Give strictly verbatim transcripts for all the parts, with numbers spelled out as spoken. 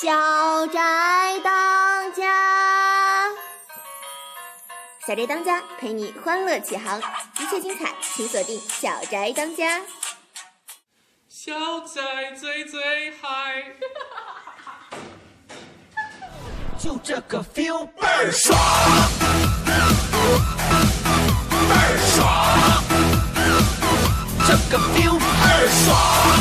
小宅当家，小宅当家陪你欢乐启航，一切精彩请锁定小宅当家。 小宅最最嗨， 就这个 feel 倍儿爽，倍儿爽，这个 feel 倍儿爽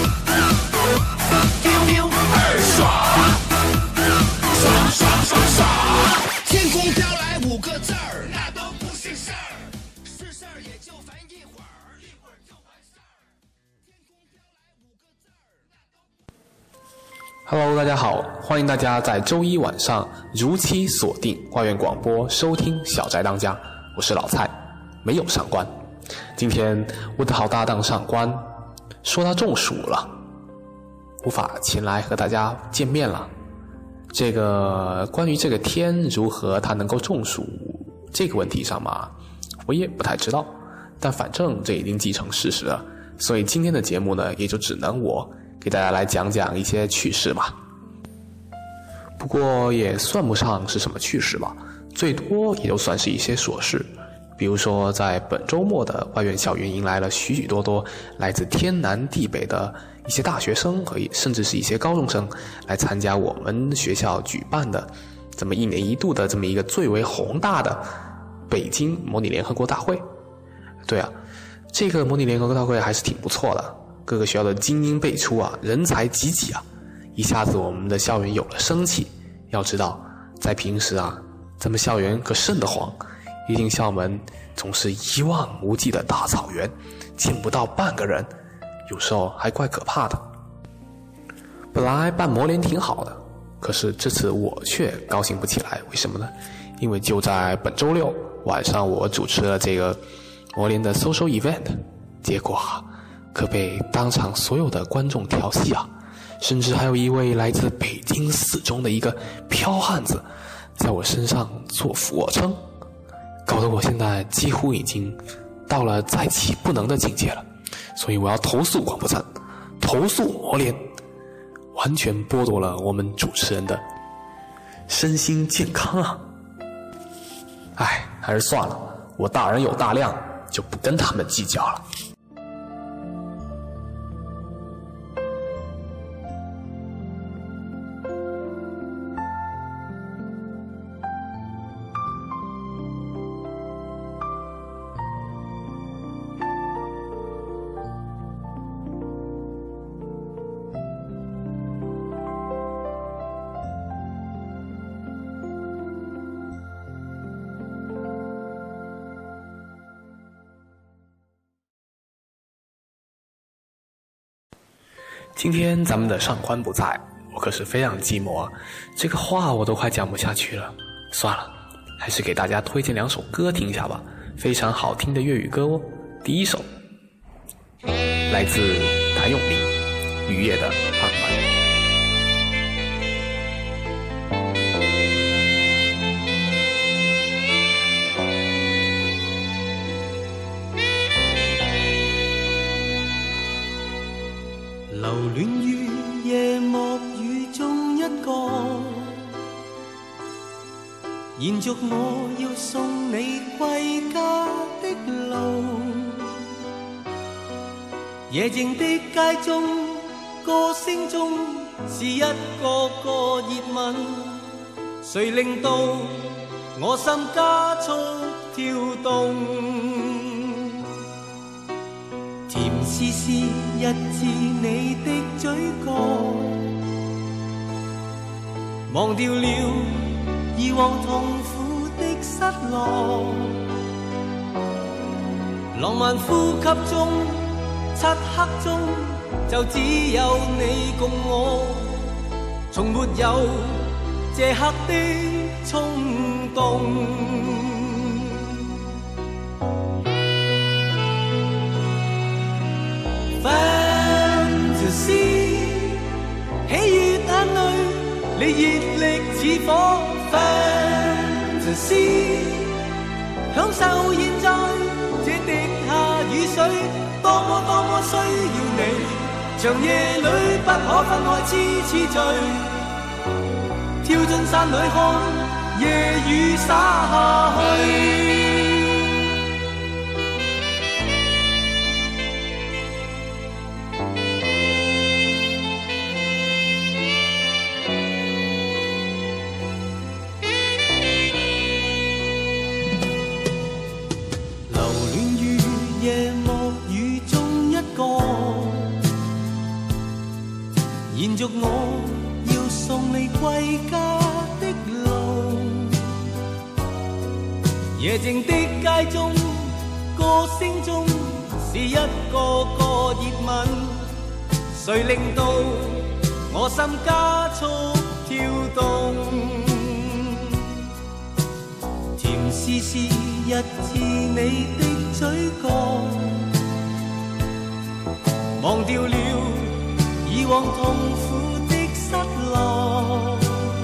，feel feel 倍儿爽，爽爽爽爽。天空飘来五个字儿，那都不是事儿，是事儿也就烦一会儿，一会儿就完事儿。天空飘来五个字儿，那都。 Hello， 大家好，欢迎大家在周一晚上如期锁定外院广播收听小宅当家，我是老蔡，没有上官。今天我的好搭档上官说他中暑了，无法前来和大家见面了。这个关于这个天如何他能够中暑这个问题上嘛，我也不太知道，但反正这已经既成事实了，所以今天的节目呢，也就只能我给大家来讲讲一些趣事吧。不过也算不上是什么趣事吧，最多也就算是一些琐事。比如说在本周末的外院校园迎来了许许多多来自天南地北的一些大学生和甚至是一些高中生来参加我们学校举办的这么一年一度的这么一个最为宏大的北京模拟联合国大会。对啊，这个模拟联合国大会还是挺不错的，各个学校的精英辈出啊，人才济济啊，一下子我们的校园有了生气。要知道在平时啊，咱们校园可瘆得慌，一进校门总是一望无际的大草原，见不到半个人，有时候还怪可怕的。本来办模联挺好的，可是这次我却高兴不起来，为什么呢？因为就在本周六晚上，我主持了这个模联的 social event， 结果啊可被当场所有的观众调戏啊，甚至还有一位来自北京四中的一个彪汉子在我身上做俯卧撑，搞得我现在几乎已经到了再起不能的境界了。所以我要投诉广播站，投诉模联，完全剥夺了我们主持人的身心健康啊！唉，还是算了，我大人有大量，就不跟他们计较了。今天咱们的上官不在，我可是非常寂寞啊，这个话我都快讲不下去了。算了，还是给大家推荐两首歌听一下吧，非常好听的粤语歌哦。第一首来自谭咏麟，《雨夜的浪漫》。 留戀於夜幕雨中一個，延續我要送你歸家的路。夜靜的街中，歌聲中是一個個熱吻，誰令到我心加速跳動？甜絲絲一至你的嘴角，忘掉了以往痛苦的失落。浪漫呼吸中，漆黑中就只有你共我，從沒有這刻的衝動。Fantasy， 喜悅眼淚，你熱力似火。Fantasy， 享受現在這滴下雨水，多麼多麼需要你，長夜裏不可分開，痴痴醉。 跳進山裏看夜雨灑下去。延續我要送你歸家的路，夜靜的街中，歌聲中是一個個熱吻，誰令到我心加速跳動？甜絲絲一次你的嘴角，忘掉了以往痛苦的失落，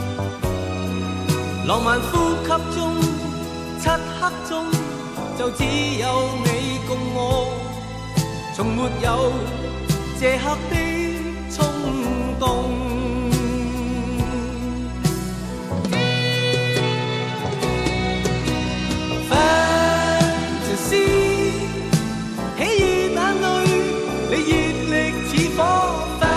浪漫呼吸中，漆黑中，就只有你共我，從沒有這刻的衝動。Fantasy， 喜與眼淚，你熱力似火。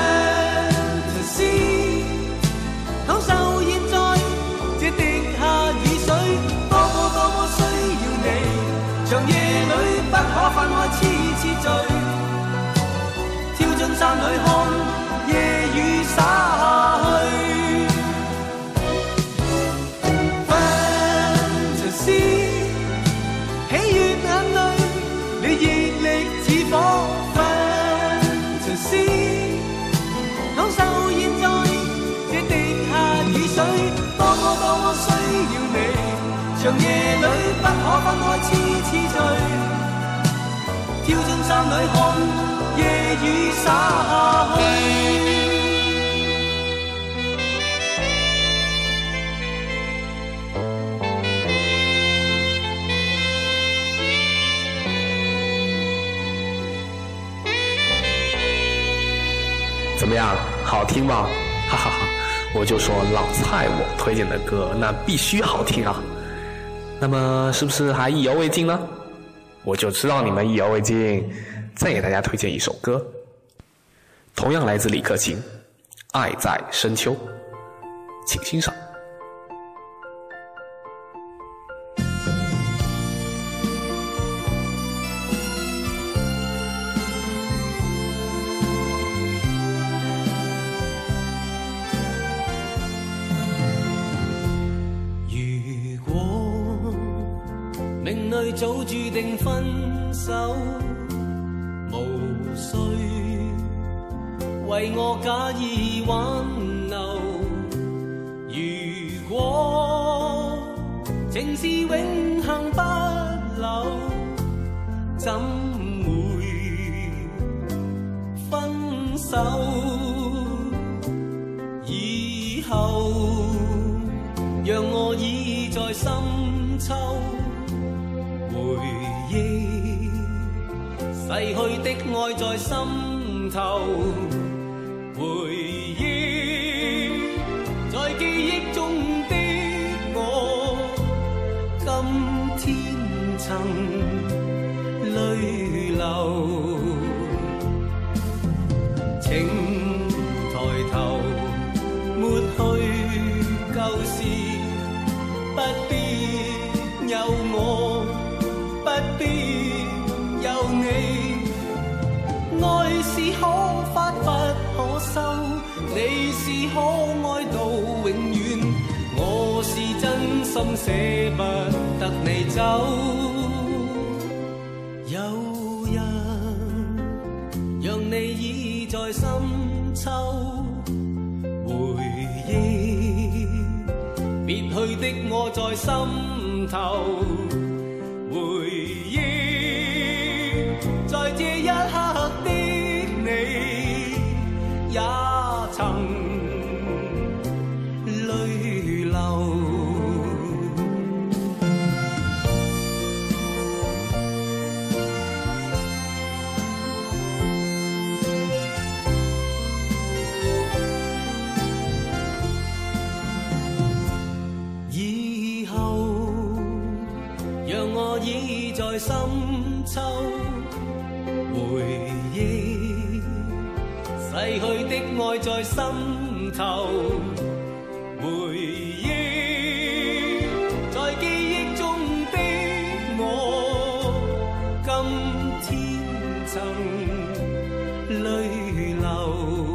不可分開，痴痴醉，跳進山裏看夜雨灑下去。Fantasy， 喜悅眼淚，你熱力似火。Fantasy， 享受現在這滴下雨水，多麼多麼需要你，長夜裏不可分開，痴痴醉。跳進山裏看夜雨灑下去。 怎么样，好听吗？哈哈哈！我就说老蔡我推荐的歌那必须好听啊。那么是不是还意犹未尽呢？我就知道你们意犹未尽，再给大家推荐一首歌，同样来自李克勤，《爱在深秋》，请欣赏。 早注定分手，無需為我假意挽留。如果情是永恆不朽，怎會分手？以後讓我倚在深秋，回憶逝去的愛在心頭，回憶在記憶中的我，今天曾淚流。請抬頭抹去舊事，不必有我，不必有你，愛是可發不可收，你是可愛到永遠，我是真心捨不得你走。有人讓你倚在深秋，回憶別去的我在心頭，回憶在這一刻的你，也曾淚流。 讓我倚在深秋。回憶逝去的愛在心頭，回憶在記憶中的我，今天曾淚流。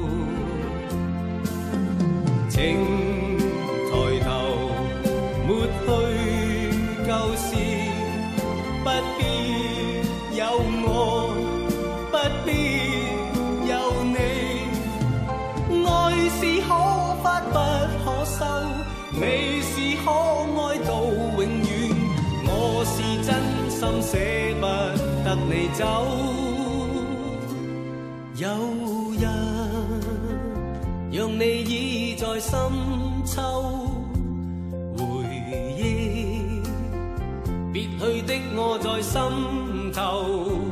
請抬頭抹去舊事，不必有我，不必有你。愛是可發不可收，你是可愛到永遠。我是真心捨不得你走。有日讓你倚在深秋，回憶別去的我在心頭。